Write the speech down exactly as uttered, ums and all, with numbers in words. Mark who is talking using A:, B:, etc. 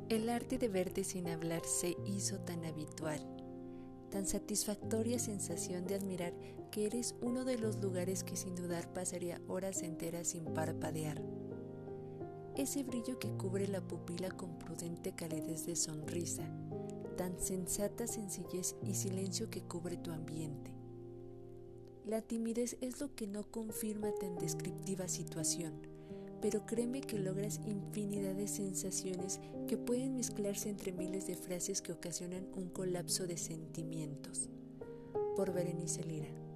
A: El arte de verte sin hablar se hizo tan habitual, tan satisfactoria sensación de admirar que eres uno de los lugares que sin dudar pasaría horas enteras sin parpadear. Ese brillo que cubre la pupila con prudente calidez de sonrisa, tan sensata sencillez y silencio que cubre tu ambiente. La timidez es lo que no confirma tan descriptiva situación, pero créeme que logras infinidad de sensaciones que pueden mezclarse entre miles de frases que ocasionan un colapso de sentimientos. Por Berenice Lira.